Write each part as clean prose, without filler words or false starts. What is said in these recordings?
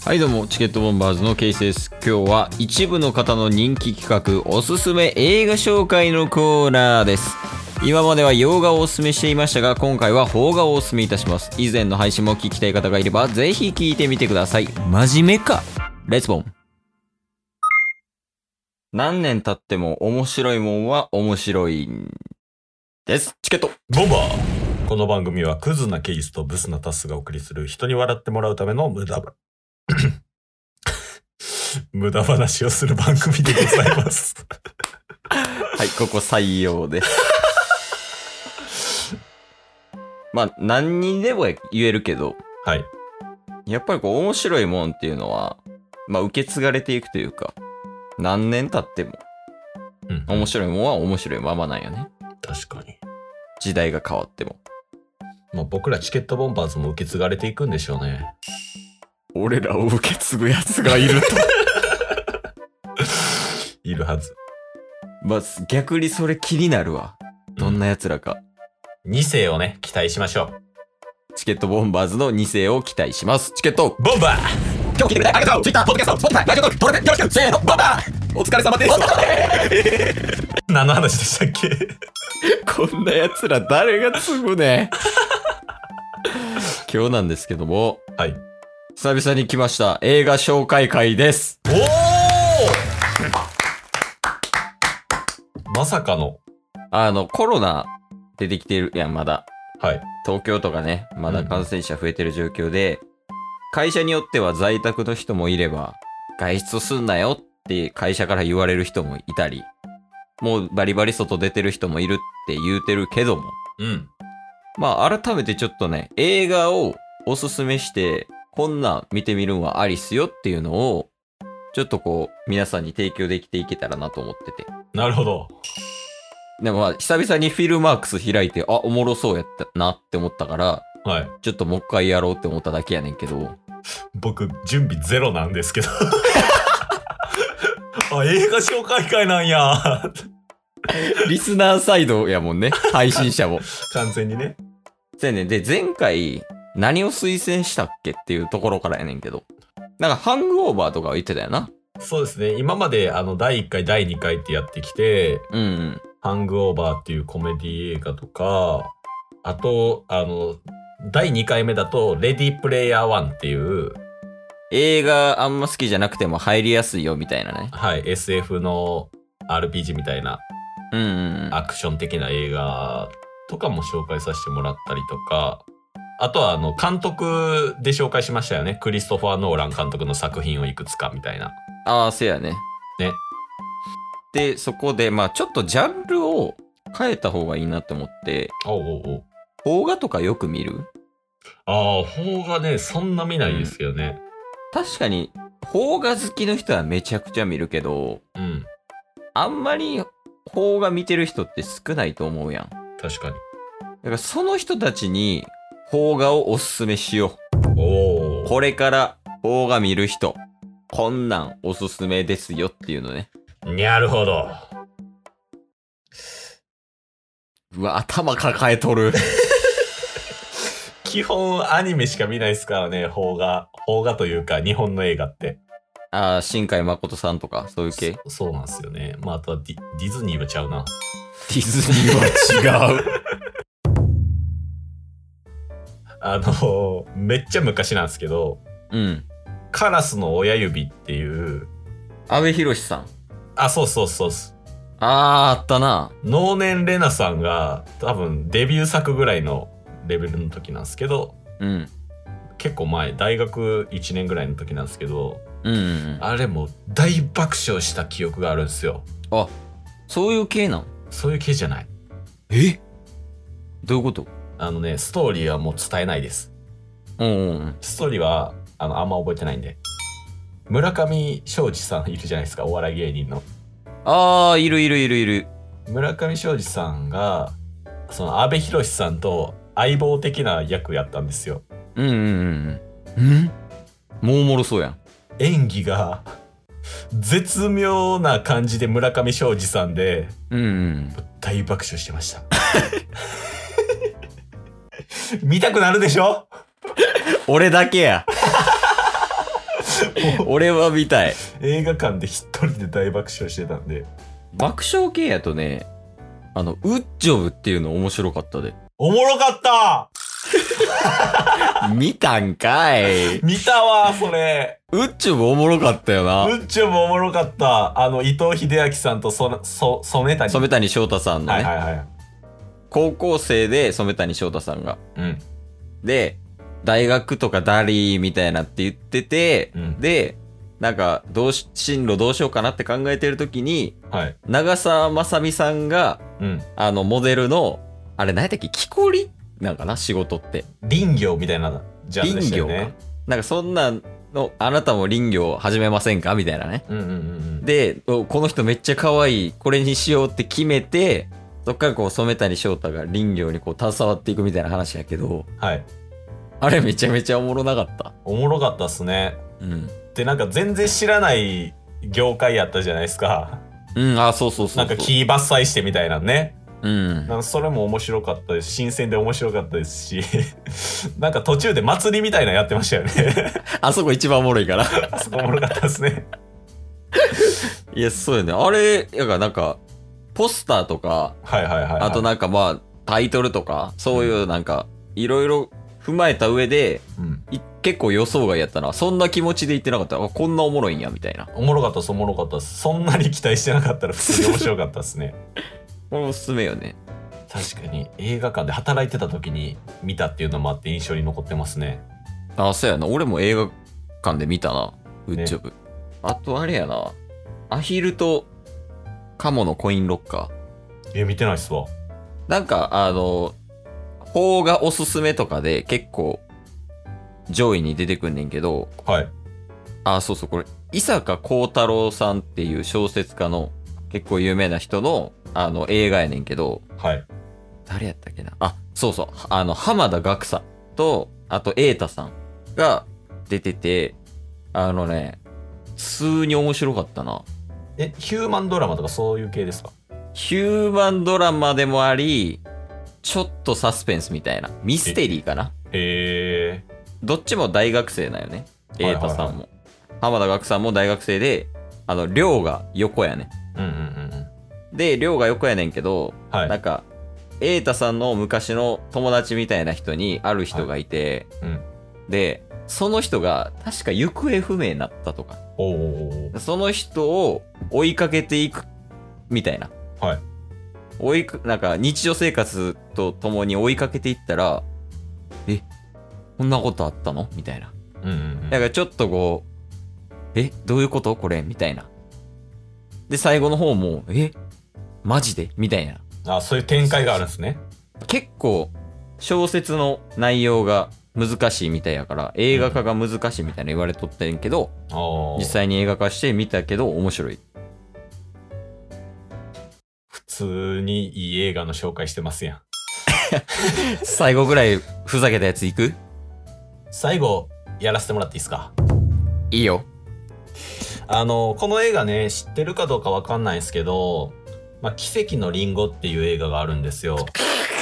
はいどうも、チケットボンバーズのケイスです。今日は一部の方の人気企画、おすすめ映画紹介のコーナーです。今までは洋画をおすすめしていましたが、今回は邦画をおすすめいたします。以前の配信も聞きたい方がいればぜひ聞いてみてください。真面目か。レッツボン。何年経っても面白いもんは面白いんです。チケットボンバー。この番組はクズなケイスとブスなタスがお送りする人に笑ってもらうための無駄話をする番組でございますはい、ここ採用です。まあ、何にでも言えるけど、 はい。 やっぱりこう、面白いもんっていうのは、まあ、受け継がれていくというか、何年経っても、面白いもんは面白いままなんよね。 確かに。 時代が変わっても。 まあ、僕らチケットボンバーズも受け継がれていくんでしょうね。 俺らを受け継ぐやつがいると。 いるはず。 まあ、逆にそれ気になるわ。どんなやつらか。 2世をね、期待しましょう。 チケットボンバーズの2世を期待します。チケットボンバー。今日聞いてくれてありがとう。Twitter、ポッドキャスト、Spotify、ラジオトーク、登録よろしく。せーの、ボンバー。お疲れ様です。何の話でしたっけ？ こんなやつら誰が継ぐね。今日なんですけども、 はい。 久々に来ました映画紹介会です。 おーまさかの。 コロナ出てきてるやん、まだ。 はい。 東京とかね、まだ感染者増えてる状況で、会社によっては在宅の人もいれば、外出すんなよって会社から言われる人もいたり、もうバリバリ外出てる人もいるって言うてるけども、まあ改めてちょっとね、映画をおすすめして、こんなん見てみるんはありっすよっていうのを、ちょっとこう、皆さんに提供できていけたらなと思ってて。 なるほど。 でもまあ、久々にフィルマークス開いて、あ、おもろそうやったなって思ったから、 はい。 ちょっともう一回やろうって思っただけやねんけど。 僕、準備ゼロなんですけど。あ、映画紹介会なんや。 リスナーサイドやもんね、配信者も。 完全にね。 そうやねん。で、前回、何を推薦したっけっていうところからやねんけど。なんか、ハングオーバーとかは言ってたよな。 そうですね。今まで、第1回、第2回ってやってきて、ハングオーバーっていうコメディ映画とか、あと、第2回目だと、レディープレイヤー1っていう、 映画あんま好きじゃなくても入りやすいよみたいなね。 はい、SF の RPG みたいな、アクション的な映画とかも紹介させてもらったりとか、あとは監督で紹介しましたよね。クリストファー・ノーラン監督の作品をいくつかみたいな。 ああ、せやね。 ね。 で、そこで、まあちょっとジャンルを変えた方がいいなって思って、邦画とかよく見る？ ああ、邦画ね、そんな見ないですけどね。 確かに、邦画好きの人はめちゃくちゃ見るけど、あんまり邦画見てる人って少ないと思うやん。 確かに。 だからその人たちに邦画をおすすめしよう。 これから邦画見る人、こんなんおすすめですよっていうのね。 なるほど。 うわ、頭抱えとる。 基本アニメしか見ないですからね、邦画というか日本の映画って。 ああ、新海誠さんとかそういう系。 そうなんですよね。まあ、あとはディズニーはちゃうな。 ディズニーは違う。 めっちゃ昔なんですけど、カラスの親指っていう。 阿部寛さん。 あ、そうそうそう。 あったな。 能年レナさんが多分デビュー作ぐらいのレベルの時なんですけど、結構前、大学1年ぐらいの時なんですけど、あれも大爆笑した記憶があるんですよ。 あ、そういう系なん？ そういう系じゃない。 どういうこと？ ストーリーはもう伝えないです。ストーリーはあんま覚えてないんで。村上正治さんいるじゃないですか、お笑い芸人の。 ああ、いる。 村上正治さんがその阿部寛さんと相棒的な役やったんですよ。 もうおもろそうやん。 演技が絶妙な感じで村上正治さんで、大爆笑してました。見たくなるでしょ？ 俺だけや。 俺は見たい。 映画館で一人で大爆笑してたんで。 爆笑系やとね、ウッジョブっていうの面白かったで。 おもろかった見たんかい。 見たわ、それ。 ウッジョブおもろかったよな。 ウッジョブおもろかった。伊藤英明さんと染谷翔太さんのね。 はいはいはい。 高校生で染谷翔太さんが。 うん。 で、大学とかダリーみたいなって言ってて、 うん、 で、なんか、進路どうしようかなって考えてるときに、 はい、 長澤まさみさんが、 うん、 モデルの、あれ何やったっけ、木こりなんかな仕事って。 林業みたいなジャンルでしたよね。林業か。 なんかそんなの、あなたも林業始めませんかみたいなね。で、この人めっちゃ可愛い、これにしようって決めて、そっからこう染谷翔太が林業にこう携わっていくみたいな話やけど、 はい。 あれめちゃめちゃおもろなかった。 おもろかったっすね。 うん。 で、なんか全然知らない業界やったじゃないですか。 うん、あ、そうそうそう。 なんか木伐採してみたいなね。 うん。 なんかそれも面白かったです。新鮮で面白かったですし、なんか途中で祭りみたいなのやってましたよね。 あそこ一番おもろいから。 あそこおもろかったですね。 いや、そうよね。あれ、やがなんか、ポスターとか、 はいはいはい、はい。 あとなんかまあ、タイトルとか、そういうなんか、いろいろ踏まえた上で、 うん、 結構予想外やったな。そんな気持ちで言ってなかった。あ、こんなおもろいんや、みたいな。 おもろかったです、おもろかったです。そんなに期待してなかったら普通に面白かったですね。 これおすすめよね。 確かに映画館で働いてた時に見たっていうのもあって印象に残ってますね。 あ、そうやな。俺も映画館で見たな。ウッジョブ。ね、あとあれやな。アヒルとカモのコインロッカー。見てないっすわ。 なんか、邦画おすすめとかで結構上位に出てくんねんけど、 はい。 あ、そうそう、これ、伊坂幸太郎さんっていう小説家の結構有名な人の、映画やねんけど、 はい。 誰やったっけなあ、そうそう、浜田岳さんと、あと、瑛太さんが出てて、普通に面白かったな。 ヒューマンドラマとかそういう系ですか？ ヒューマンドラマでもあり、ちょっとサスペンスみたいな。ミステリーかな。 へー。 どっちも大学生だよね。瑛太さんも。浜田岳さんも大学生で、寮が横やね。で、寮が横やねんけど、 はい、 なんか、瑛太さんの昔の友達みたいな人にある人がいて、 はい、うん、 で、その人が確か行方不明になったとか。その人を追いかけていくみたいな。 はい。 なんか日常生活とともに追いかけていったら、こんなことあったのみたいな。だからちょっとこう、どういうことこれみたいな。で、最後の方も、マジでみたいな。 あ、そういう展開があるんですね。 結構、小説の内容が難しいみたいやから、映画化が難しいみたいな言われとってんけど、実際に映画化してみたけど、面白い。 普通にいい映画の紹介してますやん。 最後ぐらいふざけたやついく？ 最後、やらせてもらっていいですか？ いいよ。 この映画ね、知ってるかどうかわかんないんですけど、奇跡のリンゴっていう映画があるんですよ。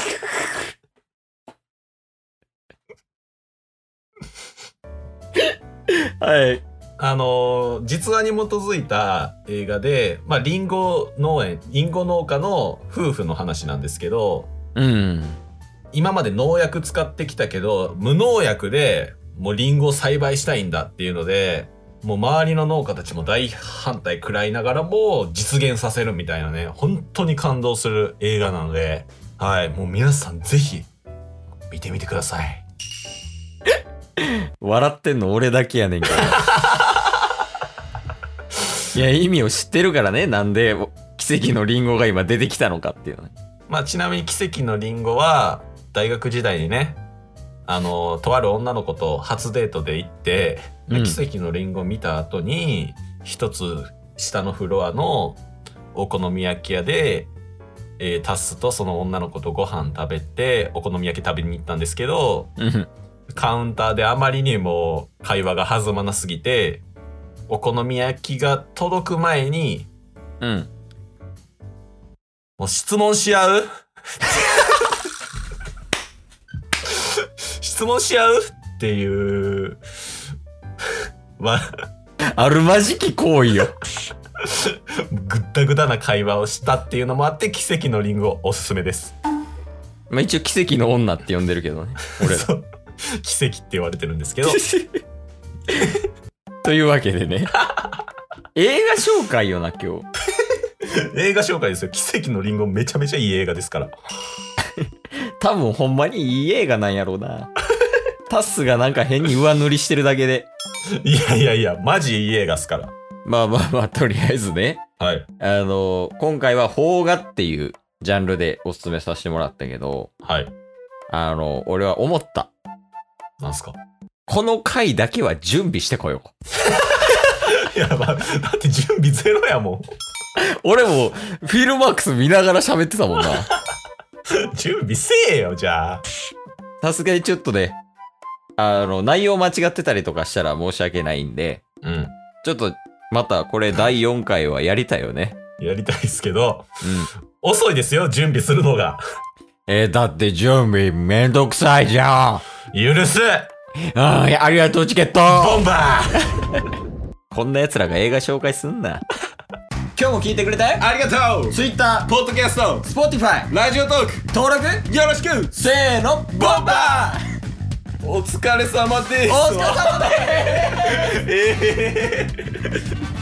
はい。 実話に基づいた映画で、リンゴ農家の夫婦の話なんですけど、 うん。 今まで農薬使ってきたけど、無農薬でもうリンゴを栽培したいんだっていうので、もう周りの農家たちも大反対食らいながらも実現させるみたいなね、本当に感動する映画なので、はい、もう皆さんぜひ見てみてください。 笑ってんの俺だけやねんけど。いや、意味を知ってるからね、なんで奇跡のリンゴが今出てきたのかっていうね。 ちなみに奇跡のリンゴは大学時代にね、とある女の子と初デートで行って、奇跡のリンゴ見た後に一つ下のフロアのお好み焼き屋で、タスとその女の子とご飯食べてお好み焼き食べに行ったんですけど、カウンターであまりにも会話が弾まなすぎて、お好み焼きが届く前に、もう質問し合う質問し合うっていうあるまじき行為よ。 ぐったぐだな会話をしたっていうのもあって、奇跡のリンゴおすすめです。 まあ一応奇跡の女って呼んでるけどね。俺ら。 奇跡って言われてるんですけど。 というわけでね。映画紹介よな、今日。 映画紹介ですよ。奇跡のリンゴめちゃめちゃいい映画ですから。 多分ほんまにいい映画なんやろうな。タスがなんか変に上塗りしてるだけで。 いやいやいや、マジいい映画っすから。 まあまあまあ、とりあえずね。 はい。 今回は邦画っていうジャンルでおすすめさせてもらったけど、 はい。 俺は思った。 なんすか？ この回だけは準備してこよう。いや、まあ、だって準備ゼロやもん。 俺もフィルマークス見ながら喋ってたもんな。 準備せえよ、じゃあ。 さすがにちょっとね、内容間違ってたりとかしたら申し訳ないんで、 うん。 ちょっと、またこれ第4回はやりたいよね。 やりたいですけど、 うん。 遅いですよ、準備するのが。 だって準備めんどくさいじゃん。 許す。 ありがとうチケットボンバー。 こんな奴らが映画紹介すんな。今日も聞いてくれてありがとう。 Twitter、 ポッドキャスト、 Spotify、 ラジオトーク登録よろしく。 せーの、ボンバー。 お疲れ様です。 お疲れ様です。